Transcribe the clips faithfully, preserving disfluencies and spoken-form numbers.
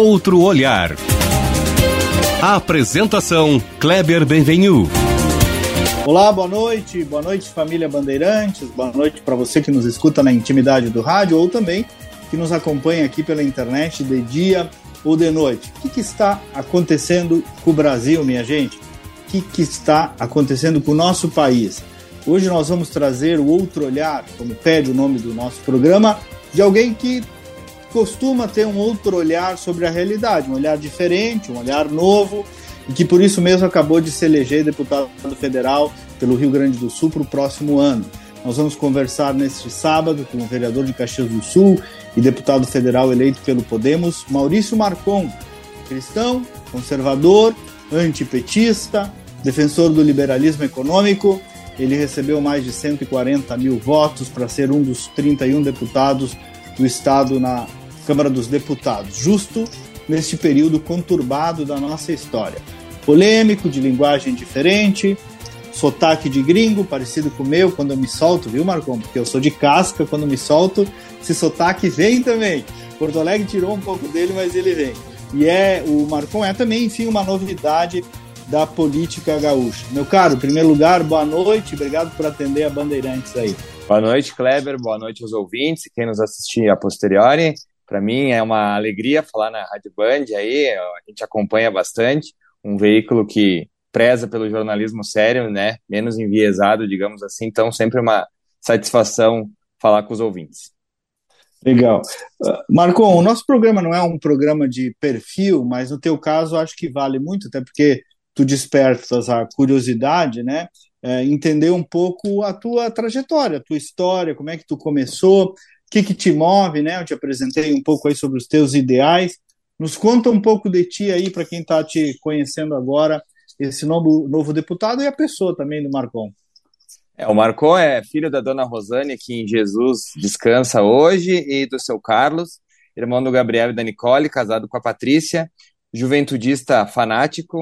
Outro Olhar. A apresentação, Kleber Benvenu. Olá, boa noite, boa noite família Bandeirantes, boa noite para você que nos escuta na intimidade do rádio ou também que nos acompanha aqui pela internet de dia ou de noite. O que, que está acontecendo com o Brasil, minha gente? O que, que está acontecendo com o nosso país? Hoje nós vamos trazer o outro olhar, como pede o nome do nosso programa, de alguém que costuma ter um outro olhar sobre a realidade, um olhar diferente, um olhar novo, e que por isso mesmo acabou de se eleger deputado federal pelo Rio Grande do Sul para o próximo ano. Nós vamos conversar neste sábado com o vereador de Caxias do Sul e deputado federal eleito pelo Podemos, Maurício Marcon, cristão, conservador, antipetista, defensor do liberalismo econômico. Ele recebeu mais de cento e quarenta mil votos para ser um dos trinta e um deputados do Estado na Câmara dos Deputados, justo neste período conturbado da nossa história. Polêmico, de linguagem diferente, sotaque de gringo, parecido com o meu quando eu me solto, viu, Marcon? Porque eu sou de casca, quando me solto, esse sotaque vem também. Porto Alegre tirou um pouco dele, mas ele vem. E é, o Marcon é também, enfim, uma novidade da política gaúcha. Meu caro, em primeiro lugar, boa noite, obrigado por atender a Bandeirantes aí. Boa noite, Kleber, boa noite aos ouvintes, quem nos assistir a posteriori. Para mim é uma alegria falar na Rádio Band aí, a gente acompanha bastante, um veículo que preza pelo jornalismo sério, né, menos enviesado, digamos assim, então sempre uma satisfação falar com os ouvintes. Legal. Uh, Marcon, o nosso programa não é um programa de perfil, mas no teu caso acho que vale muito, até porque tu despertas a curiosidade, né, é, entender um pouco a tua trajetória, a tua história, como é que tu começou, o que que te move, né, eu te apresentei um pouco aí sobre os teus ideais, nos conta um pouco de ti aí, para quem está te conhecendo agora, esse novo, novo deputado e a pessoa também do Marcon. É, o Marcon é filho da dona Rosane, que em Jesus descansa hoje, e do seu Carlos, irmão do Gabriel e da Nicole, casado com a Patrícia, juventudista fanático,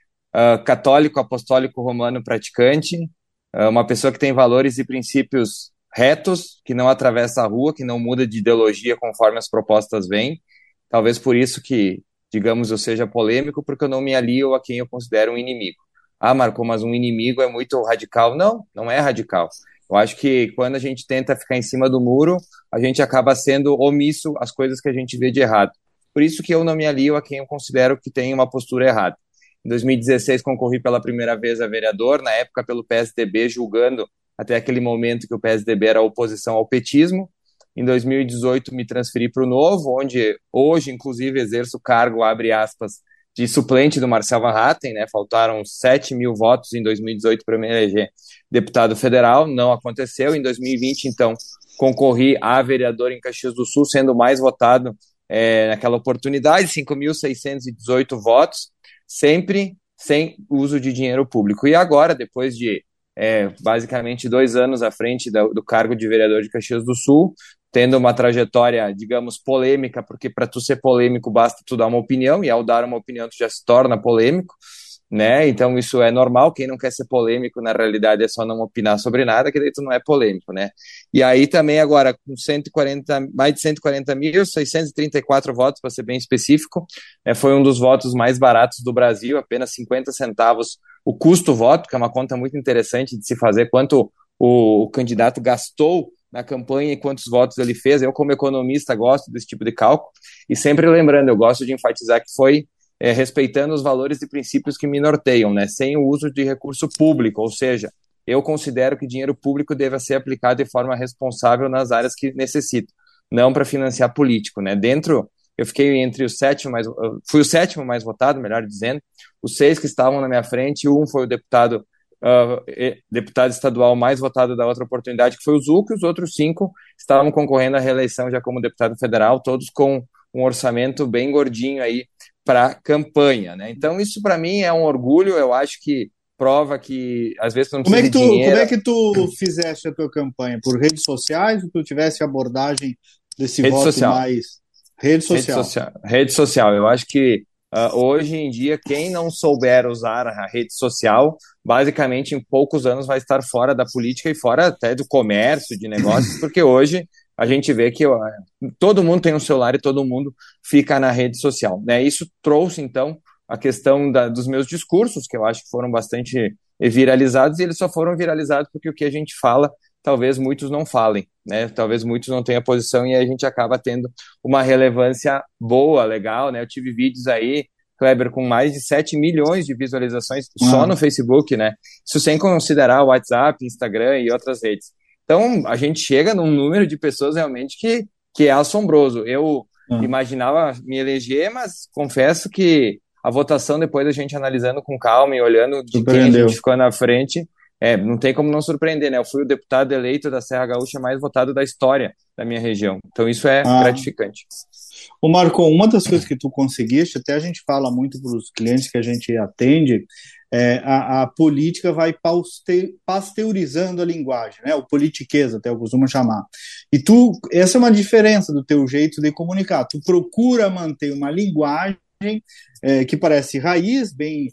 uh, católico, apostólico romano praticante, uh, uma pessoa que tem valores e princípios retos, que não atravessa a rua, que não muda de ideologia conforme as propostas vêm. Talvez por isso que, digamos, eu seja polêmico, porque eu não me alio a quem eu considero um inimigo. Ah, Marcos, mas um inimigo é muito radical. Não, não é radical. Eu acho que quando a gente tenta ficar em cima do muro, a gente acaba sendo omisso às coisas que a gente vê de errado. Por isso que eu não me alio a quem eu considero que tem uma postura errada. Em dois mil e dezesseis, concorri pela primeira vez a vereador, na época pelo P S D B, julgando até aquele momento que o P S D B era oposição ao petismo. Em dois mil e dezoito, me transferi para o Novo, onde hoje, inclusive, exerço o cargo, abre aspas, de suplente do Marcel Van Hatten, né? Faltaram sete mil votos em dois mil e dezoito para me eleger deputado federal, não aconteceu. Em dois mil e vinte, então, concorri a vereador em Caxias do Sul, sendo o mais votado é, naquela oportunidade, cinco mil seiscentos e dezoito votos, sempre sem uso de dinheiro público. E agora, depois de é, basicamente dois anos à frente do, do cargo de vereador de Caxias do Sul, tendo uma trajetória, digamos, polêmica, porque para tu ser polêmico basta tu dar uma opinião, e ao dar uma opinião tu já se torna polêmico, né? Então isso é normal, quem não quer ser polêmico na realidade é só não opinar sobre nada, que daí tu não é polêmico, né? E aí também agora com cento e quarenta, mais de cento e quarenta mil, seiscentos e trinta e quatro votos, para ser bem específico, né? Foi um dos votos mais baratos do Brasil, apenas cinquenta centavos o custo-voto, que é uma conta muito interessante de se fazer, quanto o, o candidato gastou na campanha e quantos votos ele fez. Eu, como economista, gosto desse tipo de cálculo, e sempre lembrando, eu gosto de enfatizar que foi é, respeitando os valores e princípios que me norteiam, né, sem o uso de recurso público, ou seja, eu considero que dinheiro público deve ser aplicado de forma responsável nas áreas que necessita, não para financiar político, né, dentro, eu fiquei entre os sétimo mais, fui o sétimo mais votado, melhor dizendo, os seis que estavam na minha frente, um foi o deputado Uh, deputado estadual mais votado da outra oportunidade, que foi o Zucco, e os outros cinco estavam concorrendo à reeleição já como deputado federal, todos com um orçamento bem gordinho aí para campanha, né? Então isso para mim é um orgulho, eu acho que prova que às vezes tu não precisa como é que tu, de dinheiro. Como é que tu fizeste a tua campanha? Por redes sociais ou tu tivesse abordagem desse rede voto social. mais... Rede social. Rede social. Rede social, eu acho que Uh, hoje em dia, quem não souber usar a rede social, basicamente em poucos anos vai estar fora da política e fora até do comércio, de negócios, porque hoje a gente vê que ó, todo mundo tem um celular e todo mundo fica na rede social, né? Isso trouxe, então, a questão da, dos meus discursos, que eu acho que foram bastante viralizados, e eles só foram viralizados porque o que a gente fala, talvez muitos não falem, né? Talvez muitos não tenham posição e a gente acaba tendo uma relevância boa, legal, né? Eu tive vídeos aí, Kleber, com mais de sete milhões de visualizações só no Facebook, né? Isso sem considerar o WhatsApp, Instagram e outras redes. Então, a gente chega num número de pessoas realmente que, que é assombroso. Eu Ah. imaginava me eleger, mas confesso que a votação, depois a gente analisando com calma e olhando de quem a gente ficou na frente, é, não tem como não surpreender, né? Eu fui o deputado eleito da Serra Gaúcha mais votado da história da minha região. Então, isso é Ah. gratificante. Ô Marco, uma das coisas que tu conseguiste, até a gente fala muito para os clientes que a gente atende, é, a, a política vai pauste, pasteurizando a linguagem, né? O politiquês, até eu costumo chamar. E tu, essa é uma diferença do teu jeito de comunicar. Tu procura manter uma linguagem é, que parece raiz, bem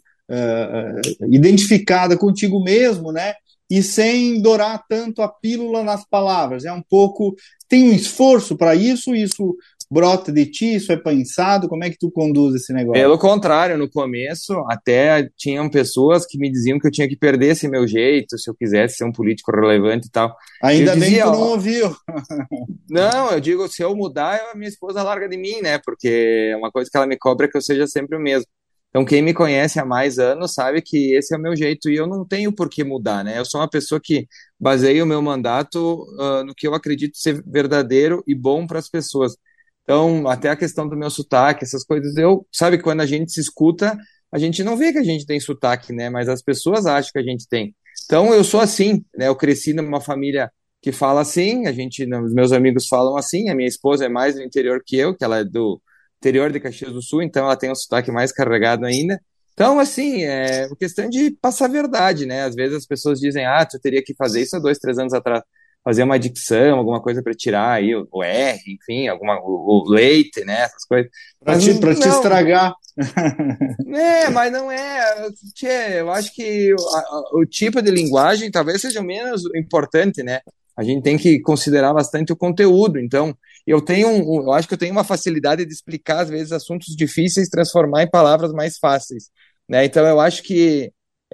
uh, identificada contigo mesmo, né? E sem dourar tanto a pílula nas palavras. É um pouco... Tem um esforço para isso? Isso brota de ti? Isso é pensado? Como é que tu conduz esse negócio? Pelo contrário, no começo até tinham pessoas que me diziam que eu tinha que perder esse meu jeito se eu quisesse ser um político relevante e tal. Ainda eu bem dizia, que tu não ó, ouviu. Não, eu digo, se eu mudar, a minha esposa larga de mim, né? Porque uma coisa que ela me cobra é que eu seja sempre o mesmo. Então, quem me conhece há mais anos sabe que esse é o meu jeito e eu não tenho por que mudar, né? Eu sou uma pessoa que baseia o meu mandato uh, no que eu acredito ser verdadeiro e bom para as pessoas. Então, até a questão do meu sotaque, essas coisas, eu, sabe, quando a gente se escuta, a gente não vê que a gente tem sotaque, né? Mas as pessoas acham que a gente tem. Então, eu sou assim, né? Eu cresci numa família que fala assim, a gente, os meus amigos falam assim, a minha esposa é mais do interior que eu, que ela é do interior de Caxias do Sul, então ela tem um sotaque mais carregado ainda. Então, assim, é questão de passar a verdade, né? Às vezes as pessoas dizem, ah, tu teria que fazer isso há dois, três anos atrás, fazer uma dicção, alguma coisa para tirar aí o, o R, enfim, alguma, o, o leite, né? Essas coisas. Para te, pra te estragar. É, mas não é. Tchê, eu acho que o, a, o tipo de linguagem talvez seja o menos importante, né? A gente tem que considerar bastante o conteúdo. Então, eu tenho, um, eu acho que eu tenho uma facilidade de explicar às vezes assuntos difíceis, transformar em palavras mais fáceis, né? Então, eu acho que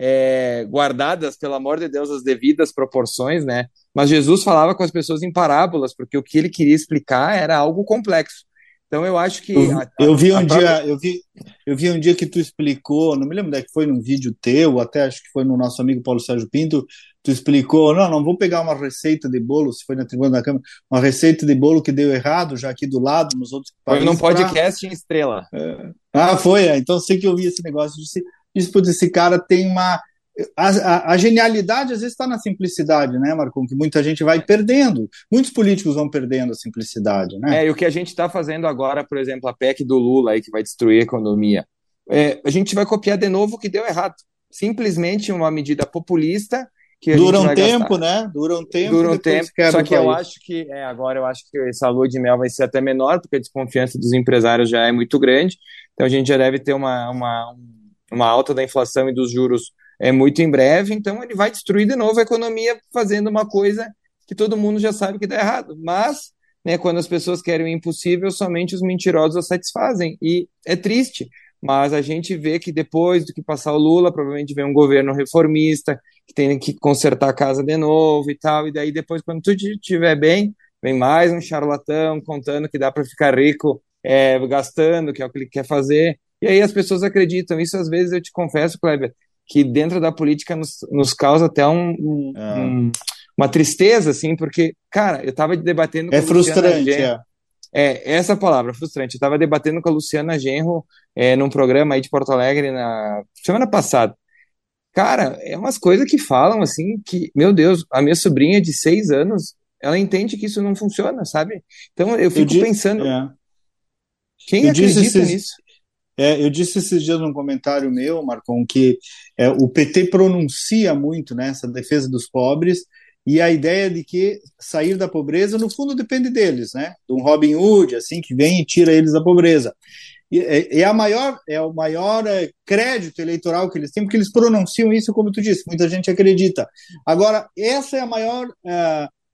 é, guardadas, pelo amor de Deus, as devidas proporções, né? Mas Jesus falava com as pessoas em parábolas, porque o que ele queria explicar era algo complexo. Então eu acho que eu, a, a, eu vi um própria... dia, eu vi, eu vi um dia que tu explicou, não me lembro onde é que foi, num vídeo teu, até acho que foi no nosso amigo Paulo Sérgio Pinto, tu explicou, não, não vou pegar uma receita de bolo, se foi na tribuna da Câmara, uma receita de bolo que deu errado, já aqui do lado, nos outros países. Foi num podcast pra... em Estrela. É... Ah, foi, é. Então sei que eu vi esse negócio, disse, disse, putz, esse cara tem uma... A, a, a genialidade às vezes está na simplicidade, né, Marcon? Que muita gente vai perdendo. Muitos políticos vão perdendo a simplicidade, né? É, e o que a gente está fazendo agora, por exemplo, a P E C do Lula aí, que vai destruir a economia, é, a gente vai copiar de novo o que deu errado. Simplesmente uma medida populista que a Dura gente um vai tempo, gastar. né? Dura um tempo. Dura um tempo. Só que eu acho que é, agora eu acho que essa lua de mel vai ser até menor, porque a desconfiança dos empresários já é muito grande. Então a gente já deve ter uma, uma, uma alta da inflação e dos juros é muito em breve, então ele vai destruir de novo a economia fazendo uma coisa que todo mundo já sabe que dá errado. Mas, né, quando as pessoas querem o impossível, somente os mentirosos a satisfazem. E é triste, mas a gente vê que depois do que passar o Lula, provavelmente vem um governo reformista, que tem que consertar a casa de novo e tal, e daí depois, quando tudo estiver bem, vem mais um charlatão contando que dá para ficar rico é, gastando, que é o que ele quer fazer. E aí as pessoas acreditam. Isso às vezes eu te confesso, Kleber, que dentro da política nos, nos causa até um, um, ah. um, uma tristeza, assim, porque, cara, eu estava debatendo com é a Luciana frustrante, Genro. É. é, essa palavra, frustrante. Eu estava debatendo com a Luciana Genro é, num programa aí de Porto Alegre na semana passada. Cara, é umas coisas que falam, assim, que, meu Deus, a minha sobrinha de seis anos, ela entende que isso não funciona, sabe? Então eu fico eu pensando, é. quem eu acredita esses... nisso? É, eu disse esses dias num comentário meu, Marcon, que é, o P T pronuncia muito, né, essa defesa dos pobres e a ideia de que sair da pobreza, no fundo, depende deles, né? De um Robin Hood, assim, que vem e tira eles da pobreza. E é, é, a maior, é o maior é, crédito eleitoral que eles têm, porque eles pronunciam isso, como tu disse, muita gente acredita. Agora, essa é a maior... É,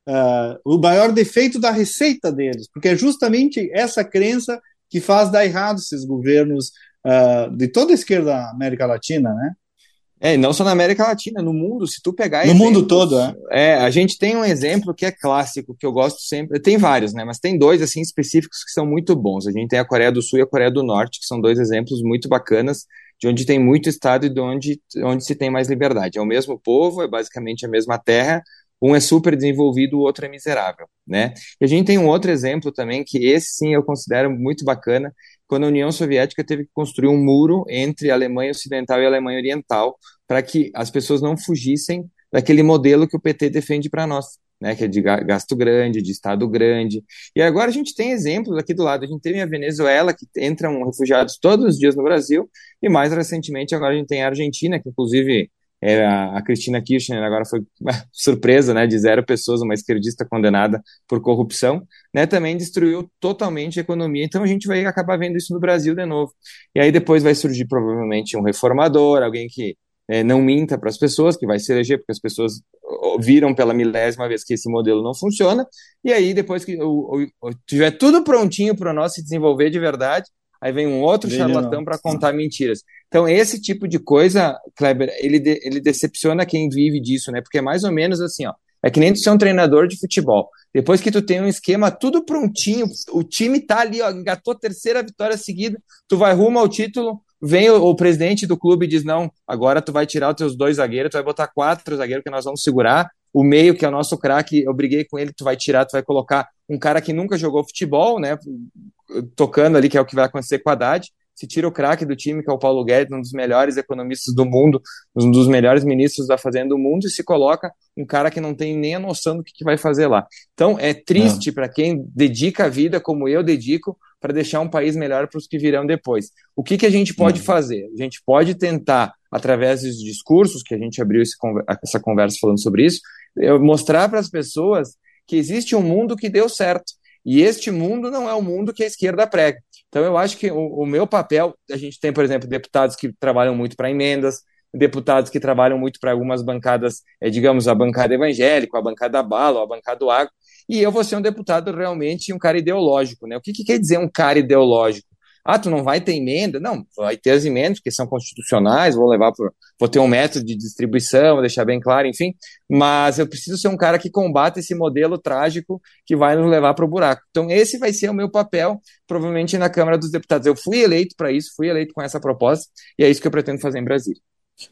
uh, o maior defeito da receita deles, porque é justamente essa crença que faz dar errado esses governos uh, de toda a esquerda da América Latina, né? É, e não só na América Latina, no mundo, se tu pegar no exemplos... mundo todo, é. é. A gente tem um exemplo que é clássico, que eu gosto sempre, tem vários, né, mas tem dois, assim, específicos que são muito bons. A gente tem a Coreia do Sul e a Coreia do Norte, que são dois exemplos muito bacanas, de onde tem muito Estado e de onde, onde se tem mais liberdade. É o mesmo povo, é basicamente a mesma terra, um é super desenvolvido, o outro é miserável, né? E a gente tem um outro exemplo também, que esse sim eu considero muito bacana, quando a União Soviética teve que construir um muro entre a Alemanha Ocidental e a Alemanha Oriental, para que as pessoas não fugissem daquele modelo que o P T defende para nós, né, que é de gasto grande, de Estado grande. E agora a gente tem exemplos aqui do lado. A gente tem a Venezuela, que entram refugiados todos os dias no Brasil, e mais recentemente agora a gente tem a Argentina, que inclusive é, a Cristina Kirchner agora foi surpresa, né, de zero pessoas, uma esquerdista condenada por corrupção, né, também destruiu totalmente a economia. Então a gente vai acabar vendo isso no Brasil de novo. E aí depois vai surgir provavelmente um reformador, alguém que É, não minta para as pessoas, que vai se eleger, porque as pessoas viram pela milésima vez que esse modelo não funciona, e aí depois que o, o, tiver tudo prontinho para nós se desenvolver de verdade, aí vem um outro Bem charlatão para contar mentiras. Então esse tipo de coisa, Kleber, ele, de, ele decepciona quem vive disso, né? Porque é mais ou menos assim, ó, é que nem tu ser um treinador de futebol. Depois que tu tem um esquema tudo prontinho, o time tá ali, ó, engatou a terceira vitória seguida, tu vai rumo ao título, vem o, o presidente do clube e diz, não, agora tu vai tirar os teus dois zagueiros, tu vai botar quatro zagueiros que nós vamos segurar, o meio, que é o nosso craque, eu briguei com ele, tu vai tirar, tu vai colocar um cara que nunca jogou futebol, né, tocando ali, que é o que vai acontecer com a Haddad, se tira o craque do time, que é o Paulo Guedes, um dos melhores economistas do mundo, um dos melhores ministros da Fazenda do mundo, e se coloca um cara que não tem nem a noção do que, que vai fazer lá. Então, é triste para quem dedica a vida, como eu dedico, para deixar um país melhor para os que virão depois. O que, que a gente pode fazer? A gente pode tentar, através dos discursos, que a gente abriu esse, essa conversa falando sobre isso, mostrar para as pessoas que existe um mundo que deu certo. E este mundo não é o mundo que a esquerda prega. Então, eu acho que o, o meu papel, a gente tem, por exemplo, deputados que trabalham muito para emendas, deputados que trabalham muito para algumas bancadas, é, digamos, a bancada evangélica, a bancada bala, a bancada do agro, e eu vou ser um deputado realmente um cara ideológico, né? O que, que quer dizer um cara ideológico? Ah, tu não vai ter emenda? Não, vai ter as emendas, que são constitucionais, vou levar por, vou ter um método de distribuição, vou deixar bem claro, enfim, mas eu preciso ser um cara que combata esse modelo trágico que vai nos levar para o buraco. Então, esse vai ser o meu papel, provavelmente, na Câmara dos Deputados. Eu fui eleito para isso, fui eleito com essa proposta, e é isso que eu pretendo fazer em Brasília.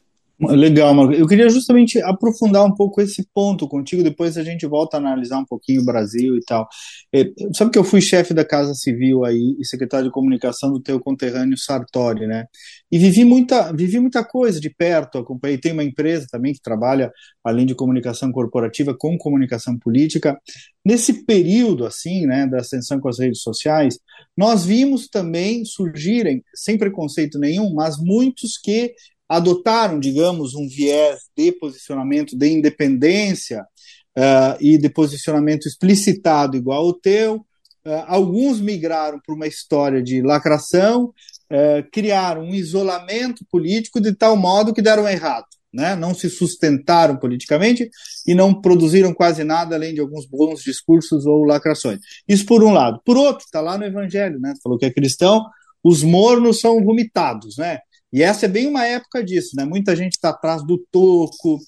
Legal, Marco. Eu queria justamente aprofundar um pouco esse ponto contigo, depois a gente volta a analisar um pouquinho o Brasil e tal. É, sabe que eu fui chefe da Casa Civil aí e secretário de comunicação do teu conterrâneo Sartori, né? E vivi muita, vivi muita coisa de perto, acompanhei, tem uma empresa também que trabalha, além de comunicação corporativa, com comunicação política. Nesse período, assim, né, da ascensão com as redes sociais, nós vimos também surgirem, sem preconceito nenhum, mas muitos que adotaram, digamos, um viés de posicionamento de independência uh, e de posicionamento explicitado igual ao teu. Uh, alguns migraram para uma história de lacração, uh, criaram um isolamento político de tal modo que deram errado, né? Não se sustentaram politicamente e não produziram quase nada além de alguns bons discursos ou lacrações. Isso por um lado. Por outro, está lá no Evangelho, né? Falou que é cristão, os mornos são vomitados, né? E essa é bem uma época disso, né? Muita gente está atrás do toco,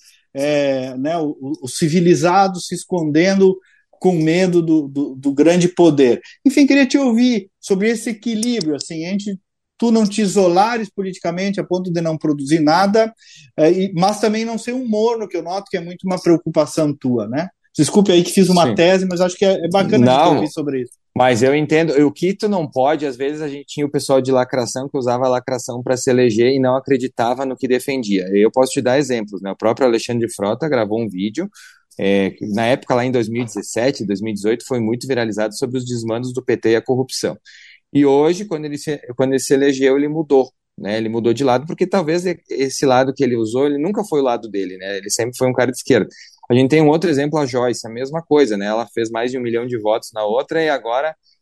é, né? o, o, o civilizado se escondendo com medo do, do, do grande poder. Enfim, queria te ouvir sobre esse equilíbrio, assim, entre tu não te isolares politicamente a ponto de não produzir nada, é, mas também não ser um morno, que eu noto que é muito uma preocupação tua, né? Desculpe aí que fiz uma Sim. tese, mas acho que é, é bacana não. de te ouvir sobre isso. Mas eu entendo, o que tu não pode, às vezes a gente tinha o pessoal de lacração que usava a lacração para se eleger e não acreditava no que defendia. Eu posso te dar exemplos, né? O próprio Alexandre Frota gravou um vídeo, é, na época lá em dois mil e dezessete, dois mil e dezoito, foi muito viralizado sobre os desmandos do P T e a corrupção. E hoje, quando ele se, quando ele se elegeu, ele mudou, né? Ele mudou de lado, porque talvez esse lado que ele usou, ele nunca foi o lado dele, né? Ele sempre foi um cara de esquerda. A gente tem um outro exemplo, a Joyce, a mesma coisa, né? Ela fez mais de um milhão de votos na outra e agora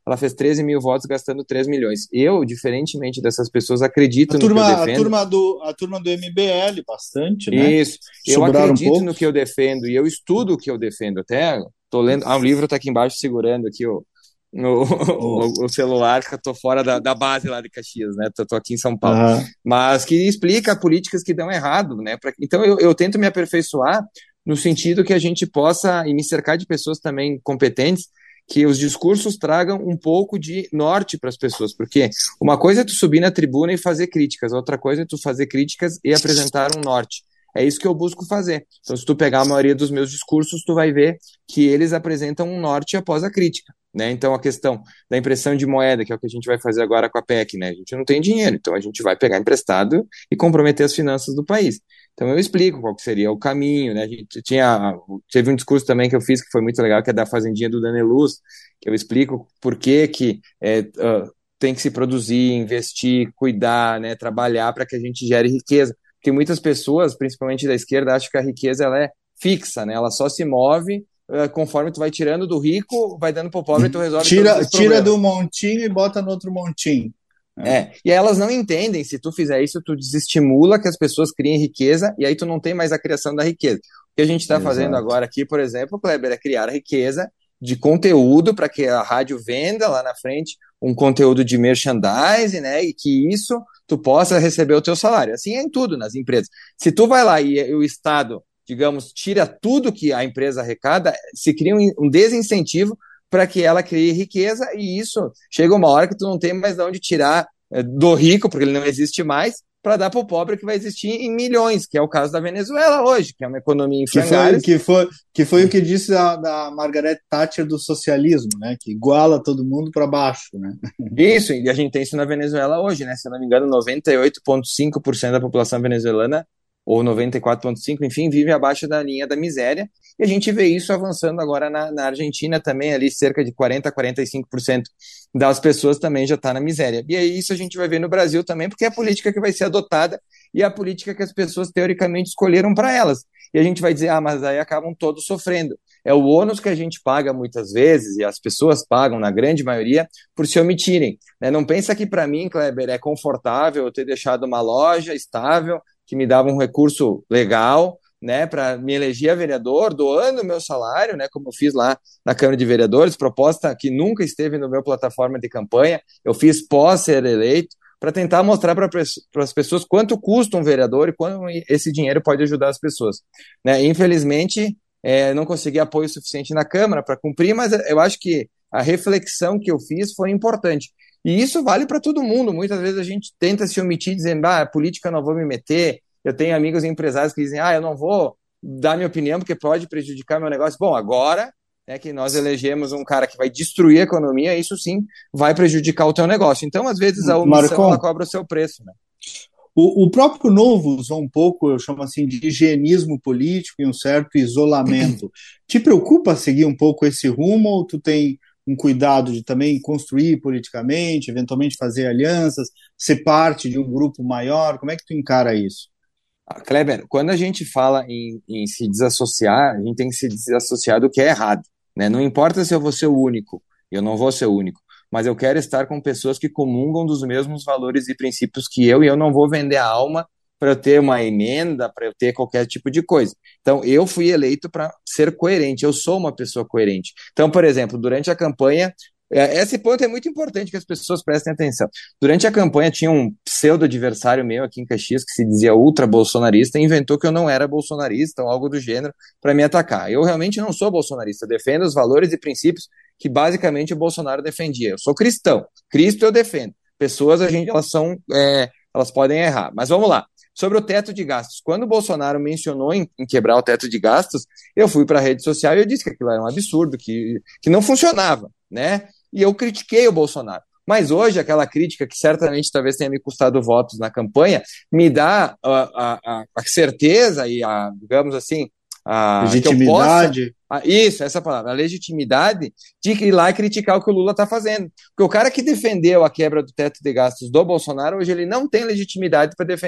ela fez treze mil votos gastando três milhões. Eu, diferentemente dessas pessoas, acredito A no que eu turma, a defendo. turma, do, a turma do M B L, bastante, né? Isso, eu Sobraram acredito poucos. no que eu defendo e eu estudo o que eu defendo. Até tô lendo, ah, o livro está aqui embaixo segurando aqui o, o, Oh. o, o celular, que eu tô fora da, da base lá de Caxias, né? Tô, tô aqui em São Paulo. Aham. Mas que explica políticas que dão errado, né? Pra, então eu, eu tento me aperfeiçoar no sentido que a gente possa, e me cercar de pessoas também competentes, que os discursos tragam um pouco de norte para as pessoas, porque uma coisa é tu subir na tribuna e fazer críticas, outra coisa é tu fazer críticas e apresentar um norte. É isso que eu busco fazer. Então, se tu pegar a maioria dos meus discursos, tu vai ver que eles apresentam um norte após a crítica, né? Então, a questão da impressão de moeda, que é o que a gente vai fazer agora com a P E C, né? A gente não tem dinheiro, então a gente vai pegar emprestado e comprometer as finanças do país. Então, eu explico qual que seria o caminho, né? A gente tinha, teve um discurso também que eu fiz que foi muito legal, que é da Fazendinha do Daneluz, que eu explico por que que é, uh, tem que se produzir, investir, cuidar, né? Trabalhar para que a gente gere riqueza. Porque muitas pessoas, principalmente da esquerda, acham que a riqueza ela é fixa, né? Ela só se move uh, conforme tu vai tirando do rico, vai dando pro pobre e tu resolve todos Tira, os tira problemas. do montinho e bota no outro montinho. É, e elas não entendem, se tu fizer isso, tu desestimula que as pessoas criem riqueza e aí tu não tem mais a criação da riqueza. O que a gente está fazendo Exato. agora aqui, por exemplo, Kleber, é criar riqueza de conteúdo para que a rádio venda lá na frente um conteúdo de merchandising, né, e que isso tu possa receber o teu salário. Assim é em tudo nas empresas. Se tu vai lá e, e o Estado, digamos, tira tudo que a empresa arrecada, se cria um, um desincentivo para que ela crie riqueza, e isso chega uma hora que tu não tem mais de onde tirar é, do rico, porque ele não existe mais, para dar para o pobre, que vai existir em milhões, que é o caso da Venezuela hoje, que é uma economia em Que foi, frangalhos. que foi, que foi o que disse a, da Margaret Thatcher do socialismo, né? Que iguala todo mundo para baixo, né? Isso, e a gente tem isso na Venezuela hoje, né? Se eu não me engano, noventa e oito vírgula cinco por cento da população venezuelana, ou noventa e quatro vírgula cinco por cento, enfim, vive abaixo da linha da miséria. E a gente vê isso avançando agora na, na Argentina também, ali cerca de quarenta a quarenta e cinco por cento das pessoas também já está na miséria. E aí isso a gente vai ver no Brasil também, porque é a política que vai ser adotada e é a política que as pessoas teoricamente escolheram para elas. E a gente vai dizer, ah, mas aí acabam todos sofrendo. É o ônus que a gente paga muitas vezes, e as pessoas pagam, na grande maioria, por se omitirem. Né? Não pensa que para mim, Kleber, é confortável eu ter deixado uma loja estável, que me dava um recurso legal, né, para me eleger a vereador, doando o meu salário, né, como eu fiz lá na Câmara de Vereadores, proposta que nunca esteve no meu plataforma de campanha, eu fiz pós ser eleito, para tentar mostrar para as pessoas quanto custa um vereador e quanto esse dinheiro pode ajudar as pessoas. Né? Infelizmente, é, não consegui apoio suficiente na Câmara para cumprir, mas eu acho que a reflexão que eu fiz foi importante. E isso vale para todo mundo. Muitas vezes a gente tenta se omitir, dizendo, ah, política eu não vou me meter. Eu tenho amigos empresários que dizem, ah, eu não vou dar minha opinião porque pode prejudicar meu negócio. Bom, agora é que nós elegemos um cara que vai destruir a economia, isso sim vai prejudicar o teu negócio. Então, às vezes, a omissão Marcon, ela cobra o seu preço, né? O, o próprio Novo usou um pouco, eu chamo assim, de higienismo político e um certo isolamento. Te preocupa seguir um pouco esse rumo ou tu tem um cuidado de também construir politicamente, eventualmente fazer alianças, ser parte de um grupo maior? Como é que tu encara isso? Ah, Kleber, quando a gente fala em, em se desassociar, a gente tem que se desassociar do que é errado, né? Não importa se eu vou ser o único, eu não vou ser o único, mas eu quero estar com pessoas que comungam dos mesmos valores e princípios que eu, e eu não vou vender a alma para eu ter uma emenda, para eu ter qualquer tipo de coisa. Então, eu fui eleito para ser coerente, eu sou uma pessoa coerente. Então, por exemplo, durante a campanha, esse ponto é muito importante que as pessoas prestem atenção. Durante a campanha tinha um pseudo-adversário meu aqui em Caxias que se dizia ultra-bolsonarista e inventou que eu não era bolsonarista ou algo do gênero para me atacar. Eu realmente não sou bolsonarista, eu defendo os valores e princípios que basicamente o Bolsonaro defendia. Eu sou cristão, Cristo eu defendo. Pessoas, a gente, elas são, é, elas podem errar. Mas vamos lá. Sobre o teto de gastos. Quando o Bolsonaro mencionou em, em quebrar o teto de gastos, eu fui para a rede social e eu disse que aquilo era um absurdo, que, que não funcionava, né? E eu critiquei o Bolsonaro. Mas hoje, aquela crítica, que certamente talvez tenha me custado votos na campanha, me dá a, a, a certeza e a, digamos assim, a legitimidade. Que eu possa, a, isso, essa palavra, a legitimidade de ir lá e criticar o que o Lula está fazendo. Porque o cara que defendeu a quebra do teto de gastos do Bolsonaro, hoje ele não tem legitimidade para defender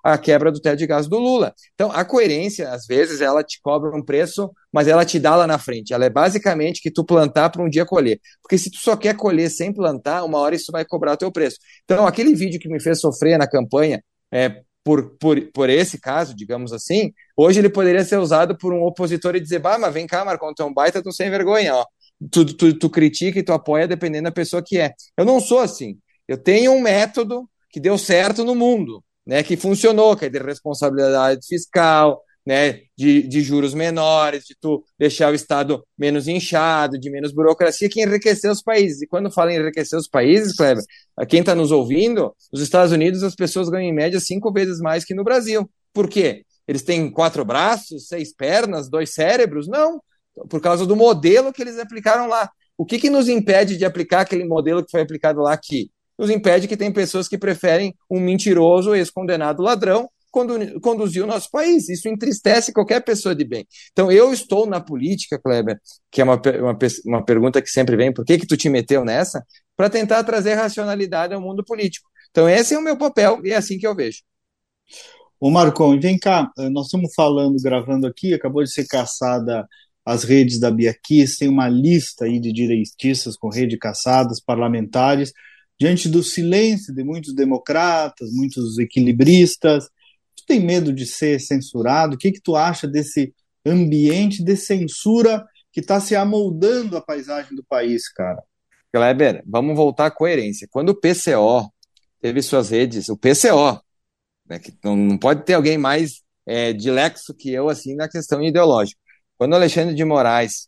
a quebra do teto de gastos do Lula. Então, a coerência, às vezes, ela te cobra um preço, mas ela te dá lá na frente. Ela é basicamente que tu plantar para um dia colher. Porque se tu só quer colher sem plantar, uma hora isso vai cobrar o teu preço. Então, aquele vídeo que me fez sofrer na campanha, é, por, por, por esse caso, digamos assim, hoje ele poderia ser usado por um opositor e dizer, bah, mas vem cá, Marcão, tu é um baita, tu sem vergonha, ó. Tu, tu, tu critica e tu apoia dependendo da pessoa que é. Eu não sou assim. Eu tenho um método que deu certo no mundo, né, que funcionou, que é de responsabilidade fiscal, né, de, de juros menores, de tu deixar o Estado menos inchado, de menos burocracia, que enriqueceu os países. E quando fala em enriquecer os países, Kleber, quem está nos ouvindo, nos Estados Unidos as pessoas ganham em média cinco vezes mais que no Brasil. Por quê? Eles têm quatro braços, seis pernas, dois cérebros? Não, por causa do modelo que eles aplicaram lá. O que, que nos impede de aplicar aquele modelo que foi aplicado lá aqui? Nos impede que tem pessoas que preferem um mentiroso, ex-condenado ladrão condu- conduzir o nosso país. Isso entristece qualquer pessoa de bem. Então, eu estou na política, Kleber, que é uma, uma, uma pergunta que sempre vem, por que que tu te meteu nessa? Para tentar trazer racionalidade ao mundo político. Então, esse é o meu papel e é assim que eu vejo. Ô Marcon, vem cá, nós estamos falando, gravando aqui, acabou de ser caçada as redes da Bia Kicis, tem uma lista aí de direitistas com rede caçadas, parlamentares, diante do silêncio de muitos democratas, muitos equilibristas. Tu tem medo de ser censurado? O que que tu acha desse ambiente de censura que está se amoldando a paisagem do país, cara? Kleber, vamos voltar à coerência. Quando o P C O teve suas redes, o P C O, né, que não, não pode ter alguém mais é, dilexo que eu assim na questão ideológica. Quando o Alexandre de Moraes,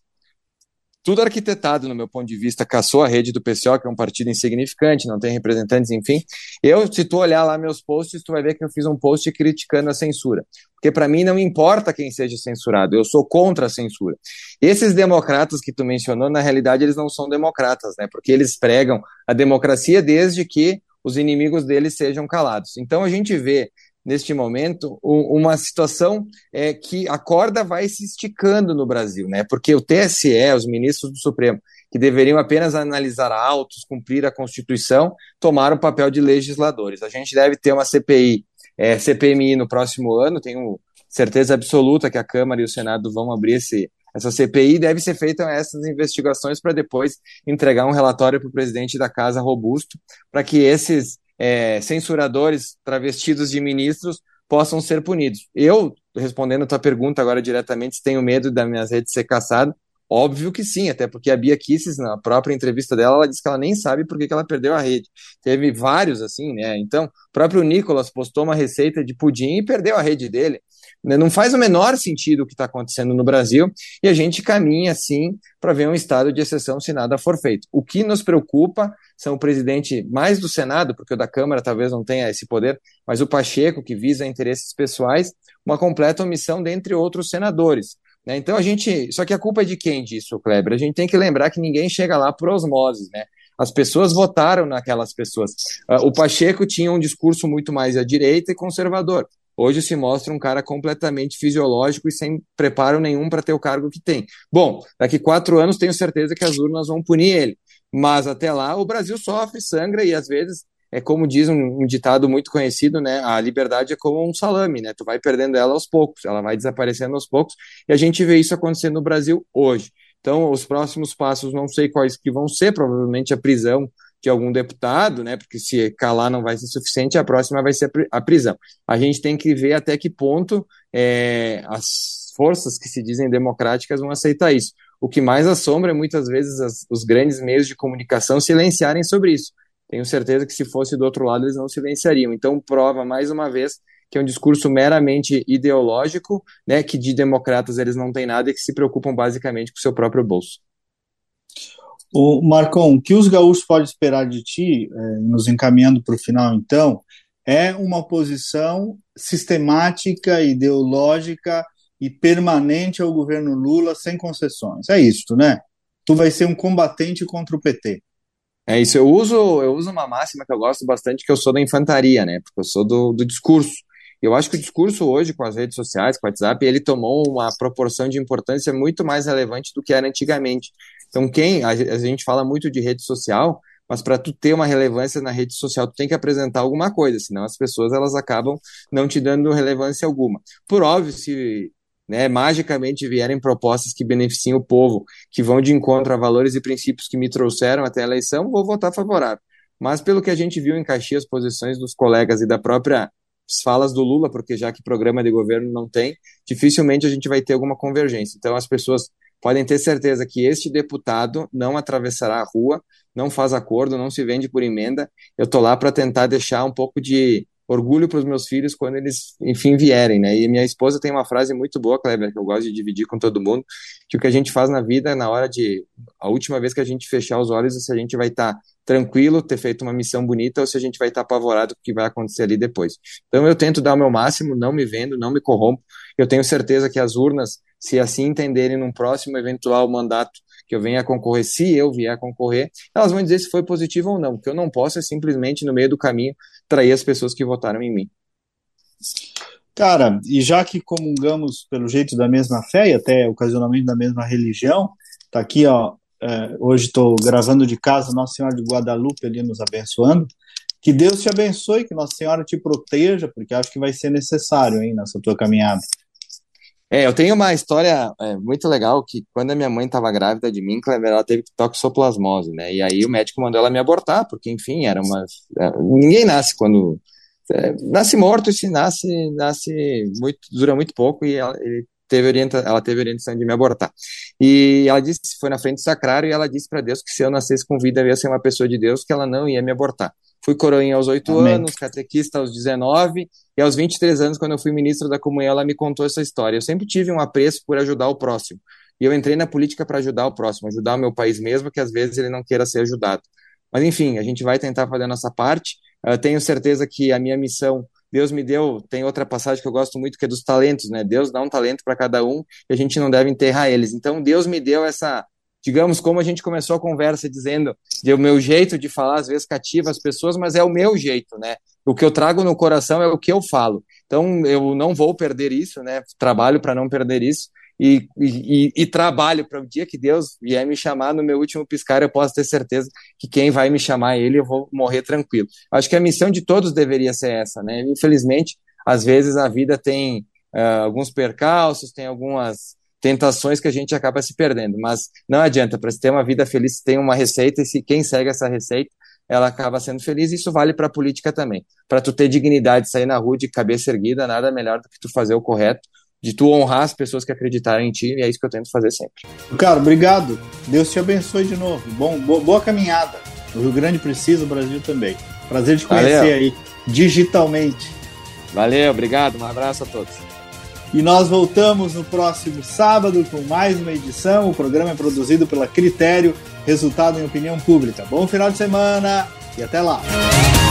tudo arquitetado no meu ponto de vista, caçou a rede do P C O, que é um partido insignificante, não tem representantes, enfim. Eu, se tu olhar lá meus posts, tu vai ver que eu fiz um post criticando a censura. Porque para mim não importa quem seja censurado, eu sou contra a censura. Esses democratas que tu mencionou, na realidade, eles não são democratas, né? Porque eles pregam a democracia desde que os inimigos deles sejam calados. Então a gente vê neste momento, uma situação é, que a corda vai se esticando no Brasil, né? Porque o T S E, os ministros do Supremo, que deveriam apenas analisar autos, cumprir a Constituição, tomaram o papel de legisladores. A gente deve ter uma C P I, é, C P M I no próximo ano, tenho certeza absoluta que a Câmara e o Senado vão abrir esse, essa C P I, deve ser feita essas investigações para depois entregar um relatório para o presidente da Casa robusto, para que esses É, censuradores travestidos de ministros possam ser punidos. Eu, respondendo a tua pergunta agora diretamente, se tenho medo das minhas redes ser caçado, óbvio que sim, até porque a Bia Kicis, na própria entrevista dela, ela disse que ela nem sabe por que que ela perdeu a rede. Teve vários assim, né? Então, o próprio Nicolas postou uma receita de pudim e perdeu a rede dele. Não faz o menor sentido o que está acontecendo no Brasil e a gente caminha, assim, para ver um estado de exceção se nada for feito. O que nos preocupa são o presidente mais do Senado, porque o da Câmara talvez não tenha esse poder, mas o Pacheco, que visa interesses pessoais, uma completa omissão dentre outros senadores. Né? Então a gente... Só que a culpa é de quem disso, Kleber? A gente tem que lembrar que ninguém chega lá por osmose, né? As pessoas votaram naquelas pessoas. Uh, o Pacheco tinha um discurso muito mais à direita e conservador. Hoje se mostra um cara completamente fisiológico e sem preparo nenhum para ter o cargo que tem. Bom, daqui quatro anos tenho certeza que as urnas vão punir ele. Mas até lá o Brasil sofre, sangra e às vezes, é como diz um, um ditado muito conhecido, né? A liberdade é como um salame, né? Tu vai perdendo ela aos poucos, ela vai desaparecendo aos poucos e a gente vê isso acontecendo no Brasil hoje. Então, os próximos passos não sei quais que vão ser, provavelmente a prisão de algum deputado, né? Porque se calar não vai ser suficiente, a próxima vai ser a prisão. A gente tem que ver até que ponto é, as forças que se dizem democráticas vão aceitar isso. O que mais assombra é muitas vezes as, os grandes meios de comunicação silenciarem sobre isso. Tenho certeza que se fosse do outro lado eles não silenciariam. Então prova mais uma vez que é um discurso meramente ideológico, né? Que de democratas eles não têm nada e que se preocupam basicamente com o seu próprio bolso. O Marcon, o que os gaúchos podem esperar de ti, eh, nos encaminhando para o final, então, é uma posição sistemática, ideológica e permanente ao governo Lula, sem concessões. É isso, né? Tu vai ser um combatente contra o P T. É isso, eu uso, eu uso uma máxima que eu gosto bastante, que eu sou da infantaria, né? Porque eu sou do, do discurso. Eu acho que o discurso hoje, com as redes sociais, com o WhatsApp, ele tomou uma proporção de importância muito mais relevante do que era antigamente. Então, quem a, a gente fala muito de rede social, mas para tu ter uma relevância na rede social, tu tem que apresentar alguma coisa, senão as pessoas elas acabam não te dando relevância alguma. Por óbvio, se né, magicamente vierem propostas que beneficiem o povo, que vão de encontro a valores e princípios que me trouxeram até a eleição, vou votar favorável. Mas pelo que a gente viu em Caxias, posições dos colegas e da própria falas do Lula, porque já que programa de governo não tem, dificilmente a gente vai ter alguma convergência. Então as pessoas podem ter certeza que este deputado não atravessará a rua, não faz acordo, não se vende por emenda. Eu estou lá para tentar deixar um pouco de orgulho para os meus filhos quando eles, enfim, vierem, né? E minha esposa tem uma frase muito boa, Kleber, que eu gosto de dividir com todo mundo, que o que a gente faz na vida, na hora de... A última vez que a gente fechar os olhos, é se a gente vai estar tá tranquilo, ter feito uma missão bonita, ou se a gente vai estar tá apavorado com o que vai acontecer ali depois. Então eu tento dar o meu máximo, não me vendo, não me corrompo. Eu tenho certeza que as urnas, se assim entenderem num próximo eventual mandato que eu venha a concorrer, se eu vier a concorrer, elas vão dizer se foi positivo ou não. O que eu não posso é simplesmente, no meio do caminho, trair as pessoas que votaram em mim. Cara, e já que comungamos pelo jeito da mesma fé e até ocasionalmente da mesma religião, tá aqui, ó, é, hoje estou gravando de casa, Nossa Senhora de Guadalupe ali nos abençoando. Que Deus te abençoe, que Nossa Senhora te proteja, porque acho que vai ser necessário, hein, nessa tua caminhada. É, eu tenho uma história é, muito legal, que quando a minha mãe estava grávida de mim, ela teve toxoplasmose, né, e aí o médico mandou ela me abortar, porque, enfim, era uma... Ninguém nasce quando... É, nasce morto, e se nasce, nasce muito, dura muito pouco, e ela, ele teve orienta, ela teve orientação de me abortar. E ela disse, foi na frente do sacrário, e ela disse para Deus que se eu nascesse com vida, eu ia ser uma pessoa de Deus, que ela não ia me abortar. Fui coroinha aos oito anos, catequista aos dezenove, e aos vinte e três anos, quando eu fui ministro da comunhão, ela me contou essa história. Eu sempre tive um apreço por ajudar o próximo, e eu entrei na política para ajudar o próximo, ajudar o meu país mesmo, que às vezes ele não queira ser ajudado. Mas enfim, a gente vai tentar fazer a nossa parte. Eu tenho certeza que a minha missão, Deus me deu, tem outra passagem que eu gosto muito, que é dos talentos, né? Deus dá um talento para cada um, e a gente não deve enterrar eles. Então Deus me deu essa... Digamos, como a gente começou a conversa dizendo, o meu jeito de falar, às vezes cativa as pessoas, mas é o meu jeito, né? O que eu trago no coração é o que eu falo. Então, eu não vou perder isso, né? Trabalho para não perder isso e, e, e trabalho para o dia que Deus vier me chamar, no meu último piscar, eu posso ter certeza que quem vai me chamar é Ele, eu vou morrer tranquilo. Acho que a missão de todos deveria ser essa, né? Infelizmente, às vezes a vida tem uh, alguns percalços, tem algumas... tentações que a gente acaba se perdendo, mas não adianta, para se ter uma vida feliz, tem uma receita, e se quem segue essa receita, ela acaba sendo feliz, e isso vale para a política também. Para tu ter dignidade, sair na rua de cabeça erguida, nada melhor do que tu fazer o correto, de tu honrar as pessoas que acreditaram em ti, e é isso que eu tento fazer sempre. Cara, obrigado, Deus te abençoe de novo, Bom, boa, boa caminhada, o Rio Grande precisa, o Brasil também. Prazer te conhecer. Valeu. Aí, digitalmente. Valeu, obrigado, um abraço a todos. E nós voltamos no próximo sábado com mais uma edição. O programa é produzido pela Critério, resultado em opinião pública. Bom final de semana e até lá!